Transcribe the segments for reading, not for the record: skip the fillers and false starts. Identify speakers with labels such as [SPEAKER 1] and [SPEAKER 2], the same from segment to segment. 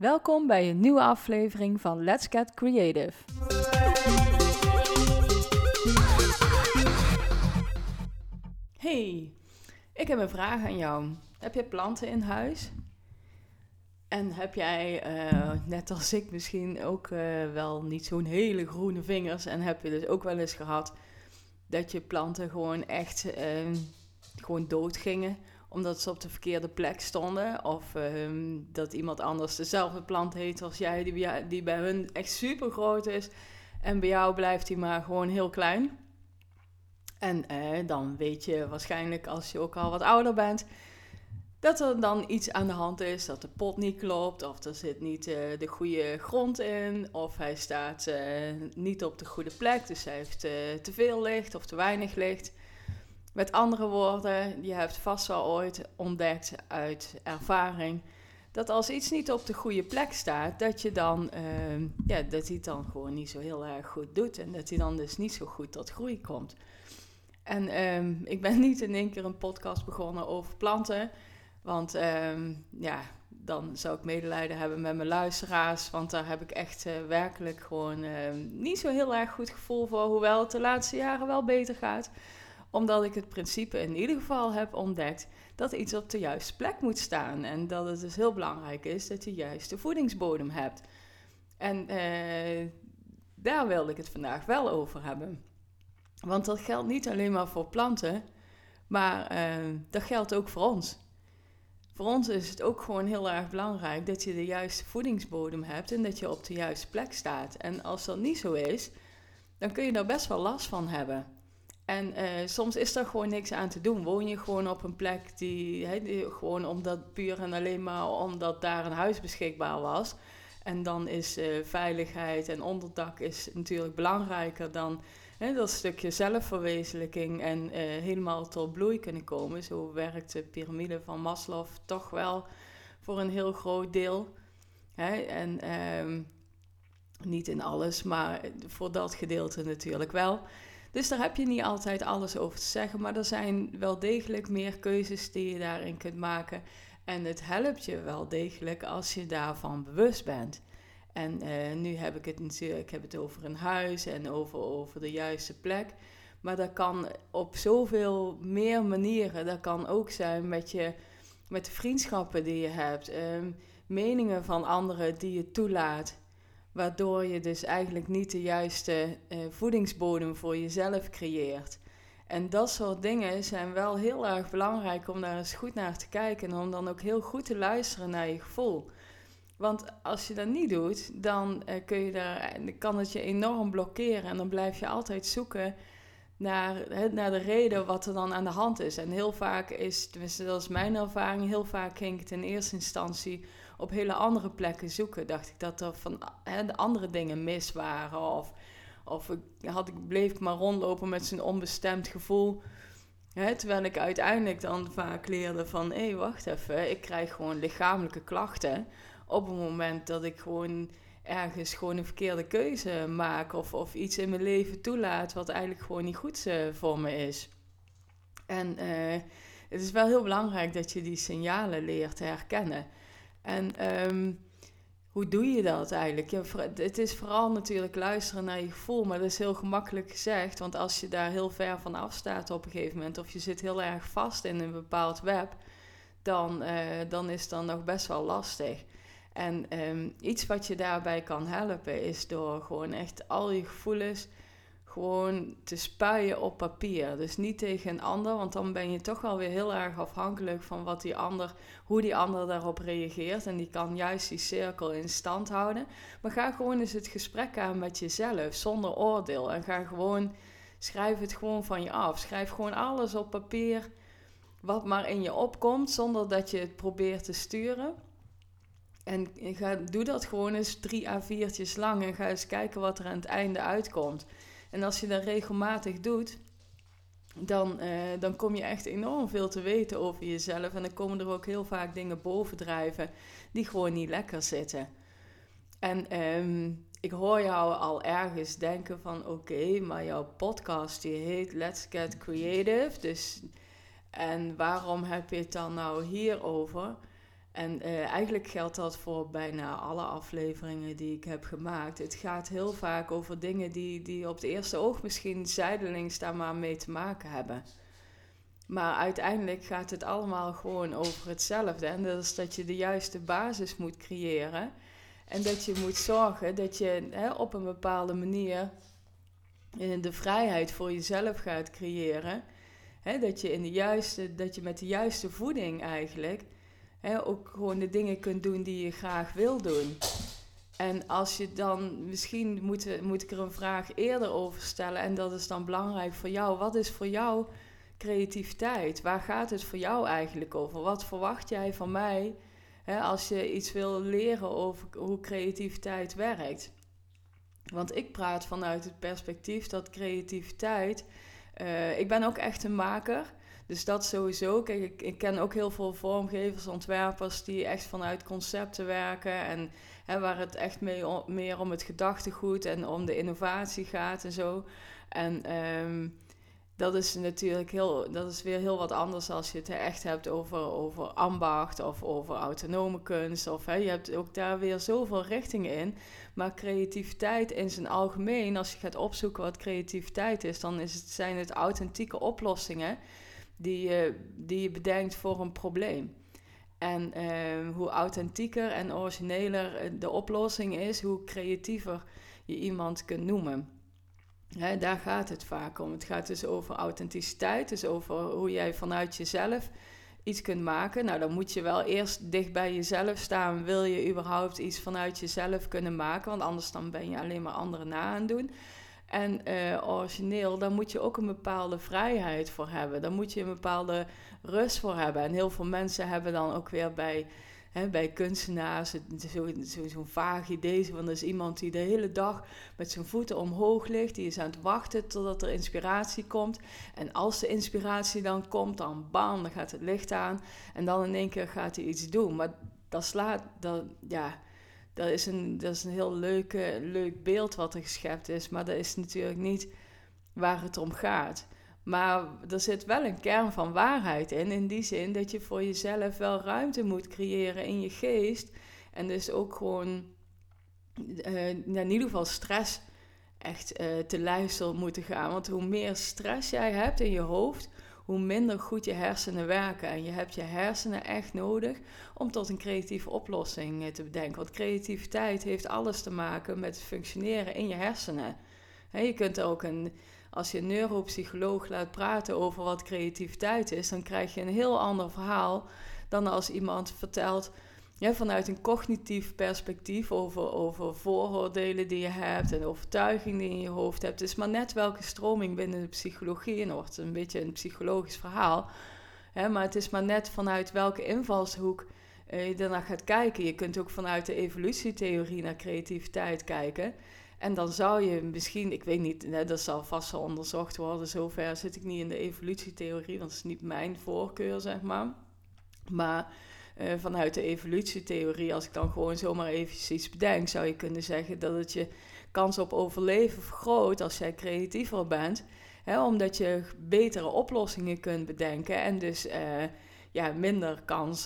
[SPEAKER 1] Welkom bij een nieuwe aflevering van Let's Get Creative. Hey, ik heb een vraag aan jou. Heb je planten in huis? En heb jij, net als ik misschien, ook wel niet zo'n hele groene vingers? En heb je dus ook wel eens gehad dat je planten gewoon echt gewoon dood gingen, omdat ze op de verkeerde plek stonden? Of dat iemand anders dezelfde plant heeft als jij, die bij hun echt super groot is. En bij jou blijft die maar gewoon heel klein. En dan weet je waarschijnlijk, als je ook al wat ouder bent, dat er dan iets aan de hand is, dat de pot niet klopt, of er zit niet de goede grond in, of hij staat niet op de goede plek, dus hij heeft te veel licht of te weinig licht. Met andere woorden, je hebt vast wel ooit ontdekt uit ervaring dat als iets niet op de goede plek staat, dat je dan, dat hij het dan gewoon niet zo heel erg goed doet en dat hij dan dus niet zo goed tot groei komt. En ik ben niet in één keer een podcast begonnen over planten, want dan zou ik medelijden hebben met mijn luisteraars, want daar heb ik echt werkelijk gewoon niet zo heel erg goed gevoel voor, hoewel het de laatste jaren wel beter gaat. Omdat ik het principe in ieder geval heb ontdekt dat iets op de juiste plek moet staan. En dat het dus heel belangrijk is dat je juist de voedingsbodem hebt. En daar wilde ik het vandaag wel over hebben. Want dat geldt niet alleen maar voor planten, maar dat geldt ook voor ons. Voor ons is het ook gewoon heel erg belangrijk dat je de juiste voedingsbodem hebt en dat je op de juiste plek staat. En als dat niet zo is, dan kun je daar best wel last van hebben. En soms is er gewoon niks aan te doen. Woon je gewoon op een plek die gewoon omdat puur en alleen maar omdat daar een huis beschikbaar was. En dan is veiligheid en onderdak is natuurlijk belangrijker dan dat stukje zelfverwezenlijking en helemaal tot bloei kunnen komen. Zo werkt de piramide van Maslow toch wel voor een heel groot deel. En niet in alles, maar voor dat gedeelte natuurlijk wel. Dus daar heb je niet altijd alles over te zeggen, maar er zijn wel degelijk meer keuzes die je daarin kunt maken. En het helpt je wel degelijk als je daarvan bewust bent. En nu heb ik het natuurlijk, ik heb het over een huis en over de juiste plek. Maar dat kan op zoveel meer manieren. Dat kan ook zijn met de vriendschappen die je hebt, meningen van anderen die je toelaat. Waardoor je dus eigenlijk niet de juiste voedingsbodem voor jezelf creëert. En dat soort dingen zijn wel heel erg belangrijk om daar eens goed naar te kijken. En om dan ook heel goed te luisteren naar je gevoel. Want als je dat niet doet, dan kan het je enorm blokkeren. En dan blijf je altijd zoeken naar de reden wat er dan aan de hand is. En heel vaak tenminste dat is mijn ervaring, heel vaak ging ik het in eerste instantie op hele andere plekken zoeken. Dacht ik dat er van de andere dingen mis waren. Of bleef ik maar rondlopen met zo'n onbestemd gevoel. Terwijl ik uiteindelijk dan vaak leerde van, hé, wacht even, ik krijg gewoon lichamelijke klachten op het moment dat ik gewoon ergens gewoon een verkeerde keuze maak of iets in mijn leven toelaat wat eigenlijk gewoon niet goed voor me is. En het is wel heel belangrijk dat je die signalen leert te herkennen. En hoe doe je dat eigenlijk? Het is vooral natuurlijk luisteren naar je gevoel, maar dat is heel gemakkelijk gezegd. Want als je daar heel ver van afstaat op een gegeven moment, of je zit heel erg vast in een bepaald web, dan is dat nog best wel lastig. En iets wat je daarbij kan helpen is door gewoon echt al je gevoelens gewoon te spuien op papier. Dus niet tegen een ander, want dan ben je toch wel weer heel erg afhankelijk van hoe die ander daarop reageert. En die kan juist die cirkel in stand houden. Maar ga gewoon eens het gesprek aan met jezelf, zonder oordeel. En schrijf het gewoon van je af. Schrijf gewoon alles op papier wat maar in je opkomt, zonder dat je het probeert te sturen. En doe dat gewoon eens 3 A4'tjes lang en ga eens kijken wat er aan het einde uitkomt. En als je dat regelmatig doet, dan kom je echt enorm veel te weten over jezelf. En dan komen er ook heel vaak dingen bovendrijven die gewoon niet lekker zitten. En ik hoor jou al ergens denken van oké, maar jouw podcast die heet Let's Get Creative. En waarom heb je het dan nou hierover? En eigenlijk geldt dat voor bijna alle afleveringen die ik heb gemaakt. Het gaat heel vaak over dingen die op het eerste oog misschien zijdelings daar maar mee te maken hebben. Maar uiteindelijk gaat het allemaal gewoon over hetzelfde. En dat is dat je de juiste basis moet creëren. En dat je moet zorgen dat je op een bepaalde manier de vrijheid voor jezelf gaat creëren. Dat je met de juiste voeding eigenlijk ook gewoon de dingen kunt doen die je graag wil doen. En als je dan, misschien moet ik er een vraag eerder over stellen. En dat is dan belangrijk voor jou. Wat is voor jou creativiteit? Waar gaat het voor jou eigenlijk over? Wat verwacht jij van mij als je iets wil leren over hoe creativiteit werkt? Want ik praat vanuit het perspectief dat creativiteit... ik ben ook echt een maker, dus dat sowieso. Kijk, ik ken ook heel veel vormgevers, ontwerpers die echt vanuit concepten werken. En waar het echt meer om het gedachtegoed en om de innovatie gaat en zo. En dat is natuurlijk weer heel wat anders als je het echt hebt over ambacht of over autonome kunst. Of je hebt ook daar weer zoveel richtingen in. Maar creativiteit in zijn algemeen, als je gaat opzoeken wat creativiteit is, dan zijn het authentieke oplossingen die je bedenkt voor een probleem. En hoe authentieker en origineler de oplossing is, hoe creatiever je iemand kunt noemen. Daar gaat het vaak om. Het gaat dus over authenticiteit, dus over hoe jij vanuit jezelf iets kunt maken. Nou, dan moet je wel eerst dicht bij jezelf staan. Wil je überhaupt iets vanuit jezelf kunnen maken? Want anders dan ben je alleen maar anderen na aan het doen. En origineel, daar moet je ook een bepaalde vrijheid voor hebben. Daar moet je een bepaalde rust voor hebben. En heel veel mensen hebben dan ook weer bij kunstenaars zo'n vaag idee. Want er is iemand die de hele dag met zijn voeten omhoog ligt. Die is aan het wachten totdat er inspiratie komt. En als de inspiratie dan komt, dan bam, dan gaat het licht aan. En dan in één keer gaat hij iets doen. Maar dat is een heel leuk beeld wat er geschept is. Maar dat is natuurlijk niet waar het om gaat. Maar er zit wel een kern van waarheid in die zin dat je voor jezelf wel ruimte moet creëren in je geest. En dus ook gewoon in ieder geval stress echt te lijf zult moeten gaan. Want hoe meer stress jij hebt in je hoofd, hoe minder goed je hersenen werken. En je hebt je hersenen echt nodig om tot een creatieve oplossing te bedenken. Want creativiteit heeft alles te maken met het functioneren in je hersenen. Je kunt ook als je een neuropsycholoog laat praten over wat creativiteit is, dan krijg je een heel ander verhaal dan als iemand vertelt vanuit een cognitief perspectief over vooroordelen die je hebt en overtuigingen die je in je hoofd hebt. Het is maar net welke stroming binnen de psychologie, en dan wordt het een beetje een psychologisch verhaal, maar het is maar net vanuit welke invalshoek je daarna gaat kijken. Je kunt ook vanuit de evolutietheorie naar creativiteit kijken. En dan zou je misschien, ik weet niet, dat zal vast wel onderzocht worden. Zover zit ik niet in de evolutietheorie, want dat is niet mijn voorkeur, zeg maar. Maar vanuit de evolutietheorie, als ik dan gewoon zomaar even iets bedenk, zou je kunnen zeggen dat het je kans op overleven vergroot als jij creatiever bent. Omdat je betere oplossingen kunt bedenken en dus minder kans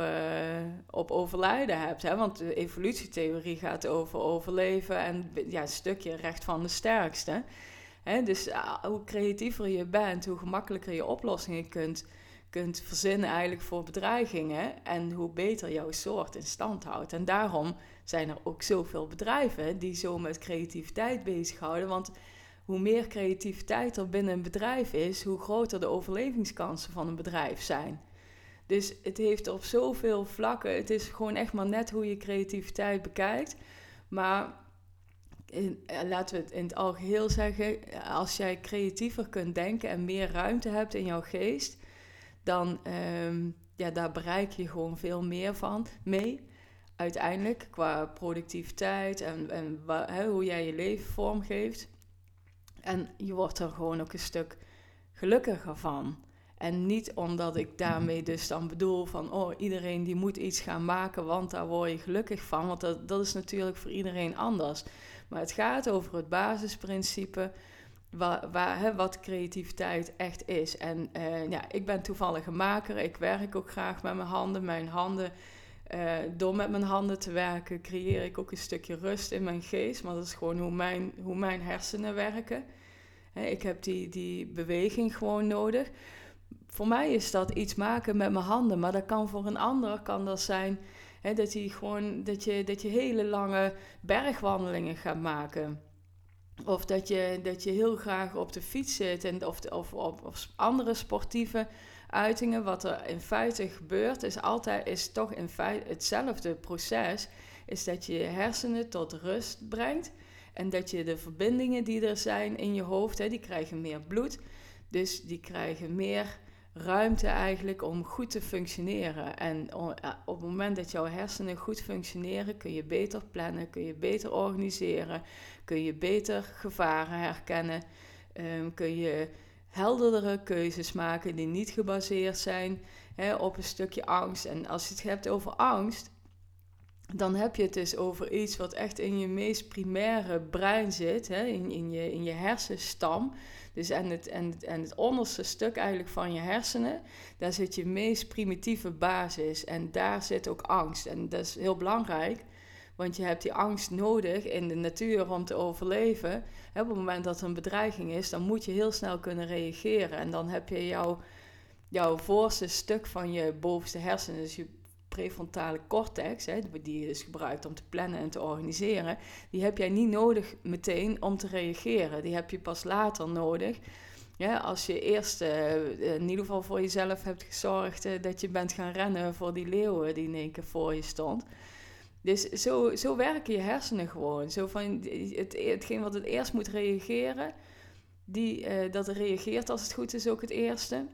[SPEAKER 1] op overlijden hebt. Want de evolutietheorie gaat over overleven en een stukje recht van de sterkste. Dus hoe creatiever je bent, hoe gemakkelijker je oplossingen kunt verzinnen eigenlijk voor bedreigingen en hoe beter jouw soort in stand houdt. En daarom zijn er ook zoveel bedrijven die zo met creativiteit bezighouden, want hoe meer creativiteit er binnen een bedrijf is, hoe groter de overlevingskansen van een bedrijf zijn. Dus het heeft op zoveel vlakken, het is gewoon echt maar net hoe je creativiteit bekijkt. Maar laten we het in het algeheel zeggen, als jij creatiever kunt denken en meer ruimte hebt in jouw geest, dan daar bereik je gewoon veel meer mee. Uiteindelijk qua productiviteit en hoe jij je leven vormgeeft. En je wordt er gewoon ook een stuk gelukkiger van. En niet omdat ik daarmee dus dan bedoel van iedereen die moet iets gaan maken, want daar word je gelukkig van. Want dat is natuurlijk voor iedereen anders. Maar het gaat over het basisprincipe wat creativiteit echt is. En ik ben toevallig een maker. Ik werk ook graag met mijn handen. Mijn handen Door met mijn handen te werken creëer ik ook een stukje rust in mijn geest. Maar dat is gewoon hoe mijn hersenen werken. Ik heb die beweging gewoon nodig. Voor mij is dat iets maken met mijn handen. Maar dat kan voor een ander zijn dat je hele lange bergwandelingen gaat maken. Of dat je heel graag op de fiets zit of op andere sportieve uitingen. Wat er in feite gebeurt is toch in feite hetzelfde proces. Is dat je je hersenen tot rust brengt. En dat je de verbindingen die er zijn in je hoofd, die krijgen meer bloed. Dus die krijgen meer ruimte eigenlijk om goed te functioneren. En op het moment dat jouw hersenen goed functioneren, kun je beter plannen, kun je beter organiseren, kun je beter gevaren herkennen, kun je helderdere keuzes maken die niet gebaseerd zijn op een stukje angst. En als je het hebt over angst, dan heb je het dus over iets wat echt in je meest primaire brein zit, in je hersenstam. Dus en het onderste stuk eigenlijk van je hersenen, daar zit je meest primitieve basis. En daar zit ook angst. En dat is heel belangrijk, want je hebt die angst nodig in de natuur om te overleven. Op het moment dat er een bedreiging is, dan moet je heel snel kunnen reageren. En dan heb je jouw voorste stuk van je bovenste hersenen, dus je prefrontale cortex, die je dus gebruikt om te plannen en te organiseren, die heb jij niet nodig meteen om te reageren. Die heb je pas later nodig. Ja, als je eerst in ieder geval voor jezelf hebt gezorgd dat je bent gaan rennen voor die leeuwen die in één keer voor je stond. Dus zo werken je hersenen gewoon. Zo van hetgeen wat het eerst moet reageren, dat reageert als het goed is ook het eerste.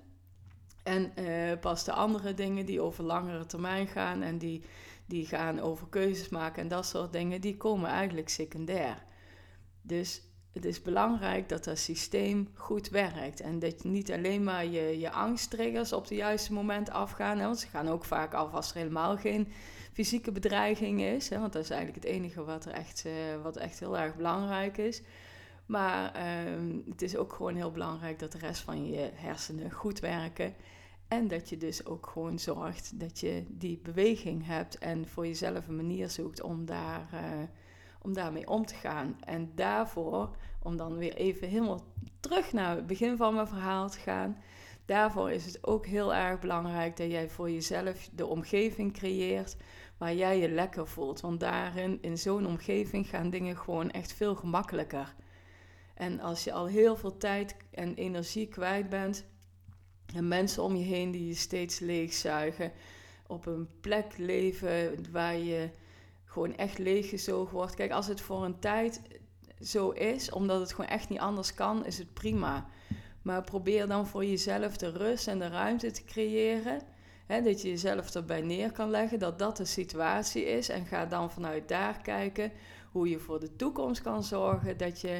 [SPEAKER 1] En pas de andere dingen die over langere termijn gaan en die gaan over keuzes maken en dat soort dingen, die komen eigenlijk secundair. Dus het is belangrijk dat dat systeem goed werkt. En dat je niet alleen maar je angsttriggers op het juiste moment afgaan. Want ze gaan ook vaak af als er helemaal geen fysieke bedreiging is. Want dat is eigenlijk het enige wat echt heel erg belangrijk is. Maar het is ook gewoon heel belangrijk dat de rest van je hersenen goed werken. En dat je dus ook gewoon zorgt dat je die beweging hebt en voor jezelf een manier zoekt om daarmee om te gaan. En daarvoor, om dan weer even helemaal terug naar het begin van mijn verhaal te gaan, daarvoor is het ook heel erg belangrijk dat jij voor jezelf de omgeving creëert waar jij je lekker voelt. Want daarin, in zo'n omgeving, gaan dingen gewoon echt veel gemakkelijker. En als je al heel veel tijd en energie kwijt bent en mensen om je heen die je steeds leegzuigen, op een plek leven waar je gewoon echt leeggezogen wordt. Kijk, als het voor een tijd zo is, omdat het gewoon echt niet anders kan, is het prima. Maar probeer dan voor jezelf de rust en de ruimte te creëren. Dat je jezelf erbij neer kan leggen, dat dat de situatie is. En ga dan vanuit daar kijken hoe je voor de toekomst kan zorgen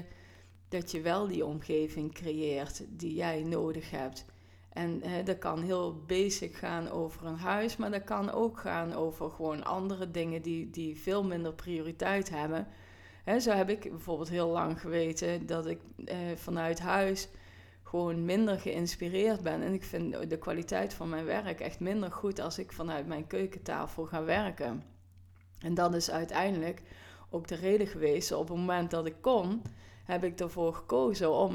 [SPEAKER 1] dat je wel die omgeving creëert die jij nodig hebt. En dat kan heel basic gaan over een huis, maar dat kan ook gaan over gewoon andere dingen die veel minder prioriteit hebben. Zo heb ik bijvoorbeeld heel lang geweten dat ik vanuit huis gewoon minder geïnspireerd ben. En ik vind de kwaliteit van mijn werk echt minder goed als ik vanuit mijn keukentafel ga werken. En dat is uiteindelijk ook de reden geweest. Op het moment dat ik kon, heb ik ervoor gekozen om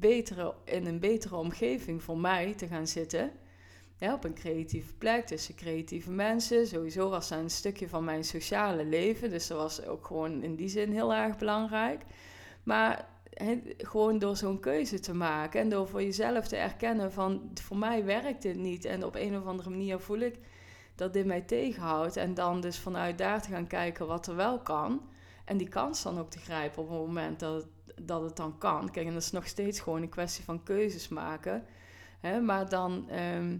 [SPEAKER 1] in een betere omgeving voor mij te gaan zitten. Ja, op een creatieve plek, tussen creatieve mensen. Sowieso was dat een stukje van mijn sociale leven. Dus dat was ook gewoon in die zin heel erg belangrijk. Maar gewoon door zo'n keuze te maken en door voor jezelf te erkennen van, voor mij werkt dit niet. En op een of andere manier voel ik dat dit mij tegenhoudt. En dan dus vanuit daar te gaan kijken wat er wel kan. En die kans dan ook te grijpen op het moment dat het dan kan. Kijk, en dat is nog steeds gewoon een kwestie van keuzes maken. Maar dan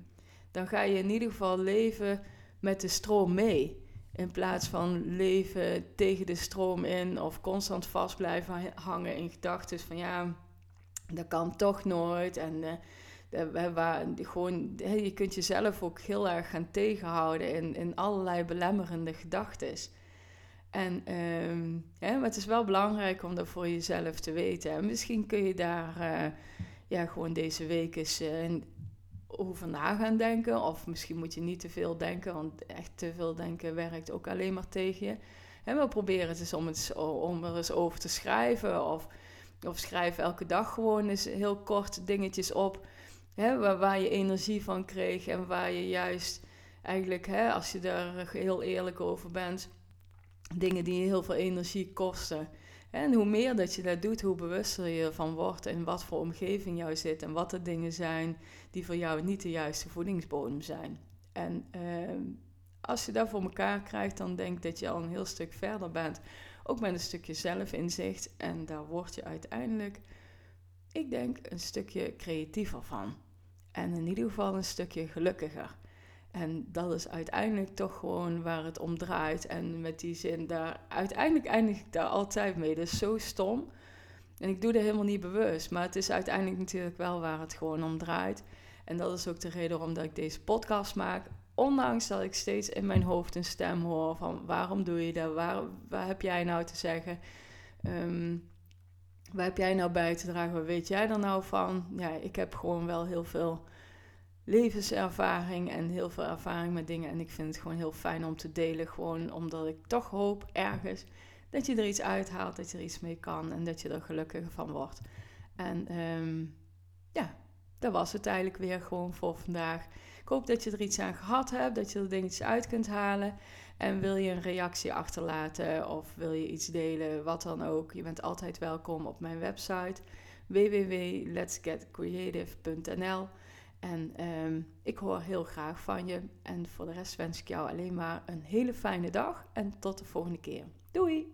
[SPEAKER 1] ga je in ieder geval leven met de stroom mee. In plaats van leven tegen de stroom in of constant vast blijven hangen in gedachten van ja, dat kan toch nooit. En je kunt jezelf ook heel erg gaan tegenhouden in allerlei belemmerende gedachten. En maar het is wel belangrijk om dat voor jezelf te weten. En misschien kun je daar gewoon deze week eens over na gaan denken. Of misschien moet je niet te veel denken, want echt te veel denken werkt ook alleen maar tegen je. En we proberen het eens om er eens over te schrijven. Of schrijf elke dag gewoon eens heel kort dingetjes op. Waar je energie van kreeg en waar je juist eigenlijk, als je daar heel eerlijk over bent, dingen die je heel veel energie kosten. En hoe meer dat je dat doet, hoe bewuster je ervan wordt en wat voor omgeving jou zit en wat de dingen zijn die voor jou niet de juiste voedingsbodem zijn. En als je dat voor elkaar krijgt, dan denk ik dat je al een heel stuk verder bent. Ook met een stukje zelfinzicht. En daar word je uiteindelijk, ik denk, een stukje creatiever van. En in ieder geval een stukje gelukkiger. En dat is uiteindelijk toch gewoon waar het om draait. En met die zin, uiteindelijk eindig ik daar altijd mee. Dat is zo stom. En ik doe dat helemaal niet bewust. Maar het is uiteindelijk natuurlijk wel waar het gewoon om draait. En dat is ook de reden waarom dat ik deze podcast maak. Ondanks dat ik steeds in mijn hoofd een stem hoor van waarom doe je dat? Waar heb jij nou te zeggen? Waar heb jij nou bij te dragen? Wat weet jij er nou van? Ja, ik heb gewoon wel heel veel levenservaring en heel veel ervaring met dingen. En ik vind het gewoon heel fijn om te delen. Gewoon omdat ik toch hoop ergens dat je er iets uithaalt, dat je er iets mee kan en dat je er gelukkiger van wordt. En dat was het eigenlijk weer gewoon voor vandaag. Ik hoop dat je er iets aan gehad hebt, dat je er dingetjes uit kunt halen. En wil je een reactie achterlaten of wil je iets delen, wat dan ook. Je bent altijd welkom op mijn website www.letsgetcreative.nl. En ik hoor heel graag van je. En voor de rest wens ik jou alleen maar een hele fijne dag. En tot de volgende keer. Doei!